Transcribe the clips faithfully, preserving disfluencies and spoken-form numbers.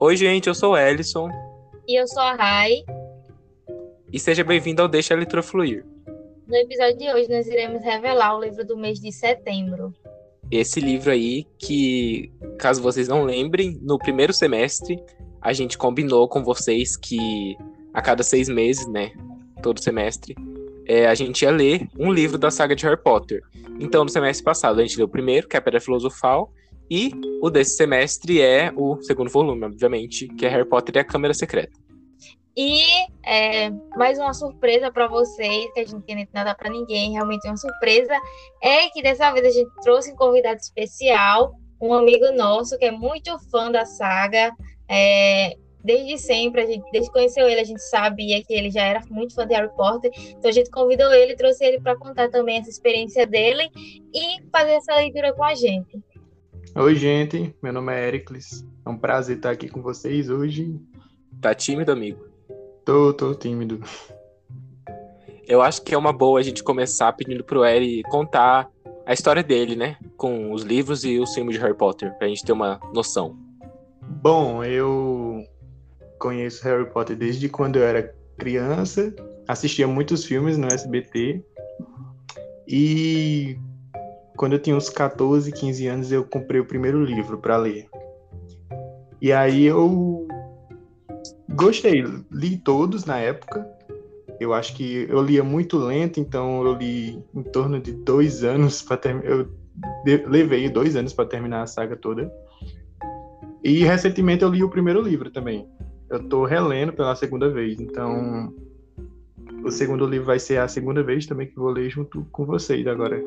Oi, gente, eu sou o Ellison E eu sou a Rai. e seja bem-vindo ao Deixa a Leitura Fluir. No episódio de hoje, nós iremos revelar o livro do mês de setembro. Esse livro aí que, caso vocês não lembrem, no primeiro semestre a gente combinou com vocês que a cada seis meses, né, todo semestre, é, a gente ia ler um livro da saga de Harry Potter. Então, no semestre passado, a gente leu o primeiro, que é a Pedra Filosofal, e o desse semestre é o segundo volume, obviamente, que é Harry Potter e a Câmara Secreta. E é, mais uma surpresa para vocês, que a gente não tem nada para ninguém, realmente uma surpresa, é que dessa vez a gente trouxe um convidado especial, um amigo nosso que é muito fã da saga, é, desde sempre, a gente, desde que conheceu ele, a gente sabia que ele já era muito fã de Harry Potter, então a gente convidou ele, trouxe ele para contar também essa experiência dele e fazer essa leitura com a gente. Oi, gente, meu nome é Ericles, é um prazer estar aqui com vocês hoje. Tá tímido, amigo? Tô, tô tímido. Eu acho que é uma boa a gente começar pedindo pro Eri contar a história dele, né? Com os livros e os filmes de Harry Potter, pra gente ter uma noção. Bom, eu conheço Harry Potter desde quando eu era criança, assistia muitos filmes no S B T e quando eu tinha uns catorze, quinze anos eu comprei o primeiro livro para ler. E aí eu gostei, li todos na época. Eu acho que eu lia muito lento, então eu li em torno de dois anos para terminar. Eu de- levei dois anos para terminar a saga toda. E recentemente eu li o primeiro livro também. Eu tô relendo pela segunda vez, então o segundo livro vai ser a segunda vez também que vou ler junto com vocês agora.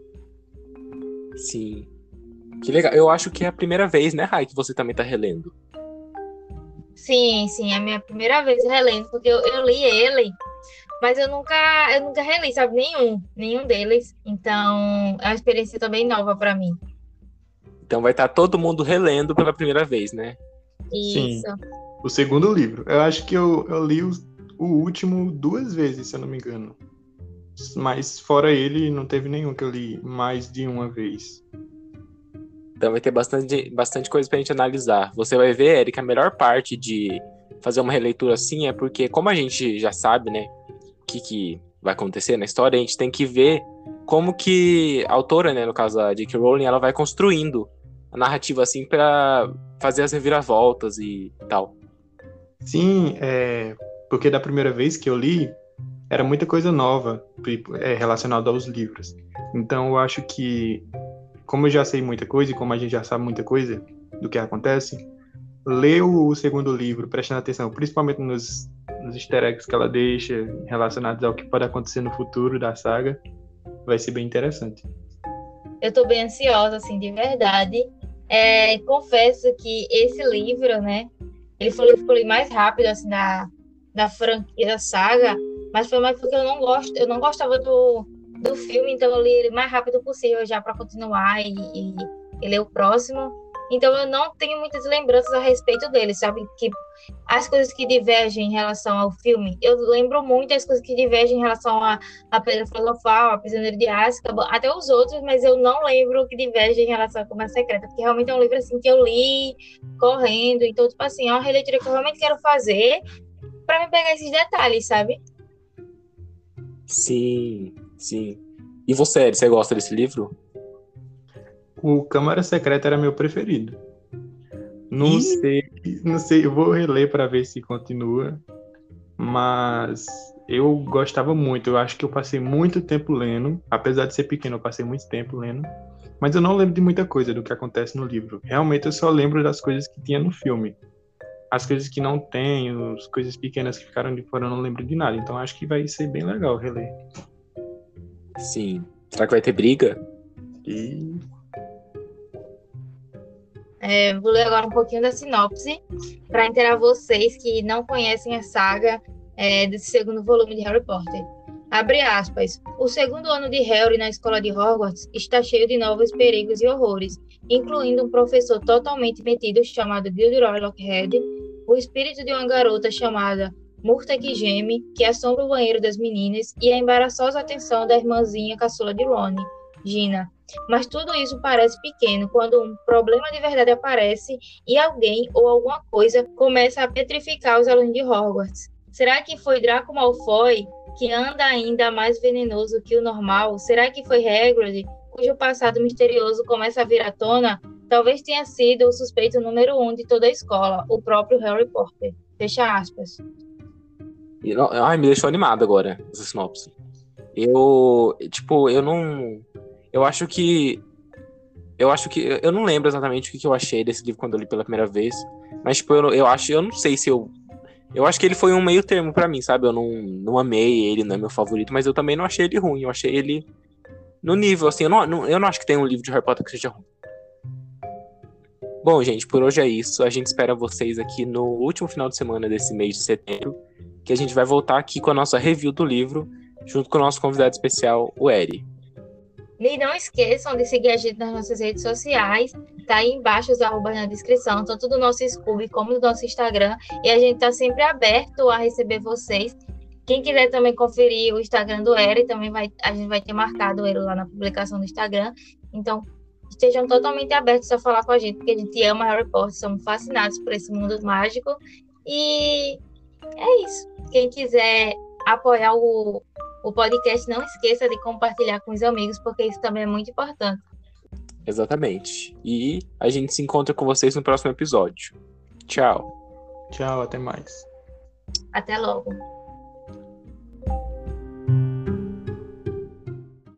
Sim. Que legal. Eu acho que é a primeira vez, né, Rai, que você também tá relendo. Sim, sim, é a minha primeira vez relendo, porque eu, eu li ele, mas eu nunca, eu nunca reli, sabe, nenhum, nenhum deles. Então, é uma experiência também nova para mim. Então vai estar todo mundo relendo pela primeira vez, né? Sim, Isso. o segundo livro. Eu acho que eu, eu li o, o último duas vezes, se eu não me engano. Mas fora ele, não teve nenhum que eu li mais de uma vez. Então vai ter bastante, bastante coisa pra gente analisar. Você vai ver, Eric, a melhor parte de fazer uma releitura assim é porque, como a gente já sabe, né, o que, que vai acontecer na história, a gente tem que ver como que a autora, né, no caso a J K. Rowling, ela vai construindo a narrativa assim pra fazer as reviravoltas e tal. Sim, é, porque da primeira vez que eu li, era muita coisa nova tipo, é, relacionada aos livros. Então eu acho que, como eu já sei muita coisa e como a gente já sabe muita coisa do que acontece, ler o segundo livro, prestando atenção, principalmente nos, nos easter eggs que ela deixa relacionados ao que pode acontecer no futuro da saga, vai ser bem interessante. Eu tô bem ansiosa, assim, de verdade. É, confesso que esse livro, né, ele foi o livro que eu li mais rápido, assim, da, da franquia, da saga, mas foi mais porque eu não gosto, eu não gostava do, do filme, então eu li ele o mais rápido possível já para continuar e, e, e ler o próximo. Então eu não tenho muitas lembranças a respeito dele, sabe? Que as coisas que divergem em relação ao filme, eu lembro muito as coisas que divergem em relação a, a Pedra Filosofal, a Prisioneiro de Azkaban, até os outros, mas eu não lembro o que diverge em relação a Câmara Secreta, porque realmente é um livro assim que eu li correndo, então tipo assim, é uma releitura que eu realmente quero fazer para me pegar esses detalhes, sabe? Sim, sim. E você, Eric, você gosta desse livro? O Câmara Secreta era meu preferido. Não Ih, sei, não sei, eu vou reler para ver se continua, mas eu gostava muito. Eu acho que eu passei muito tempo lendo, apesar de ser pequeno, eu passei muito tempo lendo, mas eu não lembro de muita coisa do que acontece no livro. Realmente eu só lembro das coisas que tinha no filme. As coisas que não tem, as coisas pequenas que ficaram de fora, eu não lembro de nada. Então acho que vai ser bem legal reler. sim. Será que vai ter briga? E É, vou ler agora um pouquinho da sinopse para inteirar vocês que não conhecem a saga é, desse segundo volume de Harry Potter. Abre aspas. O segundo ano de Harry na escola de Hogwarts está cheio de novos perigos e horrores, incluindo um professor totalmente metido chamado Gilderoy Lockhart, o espírito de uma garota chamada Murta que geme, que assombra o banheiro das meninas, e a embaraçosa atenção da irmãzinha caçula de Ron, Gina, Mas tudo isso parece pequeno quando um problema de verdade aparece e alguém ou alguma coisa começa a petrificar os alunos de Hogwarts. Será que foi Draco Malfoy, que anda ainda mais venenoso que o normal? Será que foi Hagrid, cujo passado misterioso começa a vir à tona? Talvez tenha sido o suspeito número um de toda a escola, o próprio Harry Potter. Fecha aspas. E, não- ai, me deixou animado agora, essa sinopse. Eu, tipo, eu não... Eu acho que... Eu acho que... Eu não lembro exatamente o que que eu achei desse livro quando eu li pela primeira vez. Mas, tipo, eu, não- eu acho... Eu não sei se eu... Eu acho que ele foi um meio termo pra mim, sabe? Eu não, não amei ele, não é meu favorito. Mas eu também não achei ele ruim. Eu achei ele no nível, assim. Eu não, não- eu não acho que tem um livro de Harry Potter que seja ruim. Bom, gente, por hoje é isso. A gente espera vocês aqui no último final de semana desse mês de setembro, que a gente vai voltar aqui com a nossa review do livro, junto com o nosso convidado especial, o Eri. E não esqueçam de seguir a gente nas nossas redes sociais. Tá aí embaixo os arrobas na descrição, tanto do nosso Scooby como do nosso Instagram. E a gente tá sempre aberto a receber vocês. Quem quiser também conferir o Instagram do Eri, também vai, a gente vai ter marcado ele lá na publicação do Instagram. Então, estejam totalmente abertos a falar com a gente, porque a gente ama Harry Potter, somos fascinados por esse mundo mágico. E é isso. Quem quiser apoiar o, o podcast, não esqueça de compartilhar com os amigos, porque isso também é muito importante. Exatamente. E a gente se encontra com vocês no próximo episódio. Tchau. Tchau, até mais. Até logo.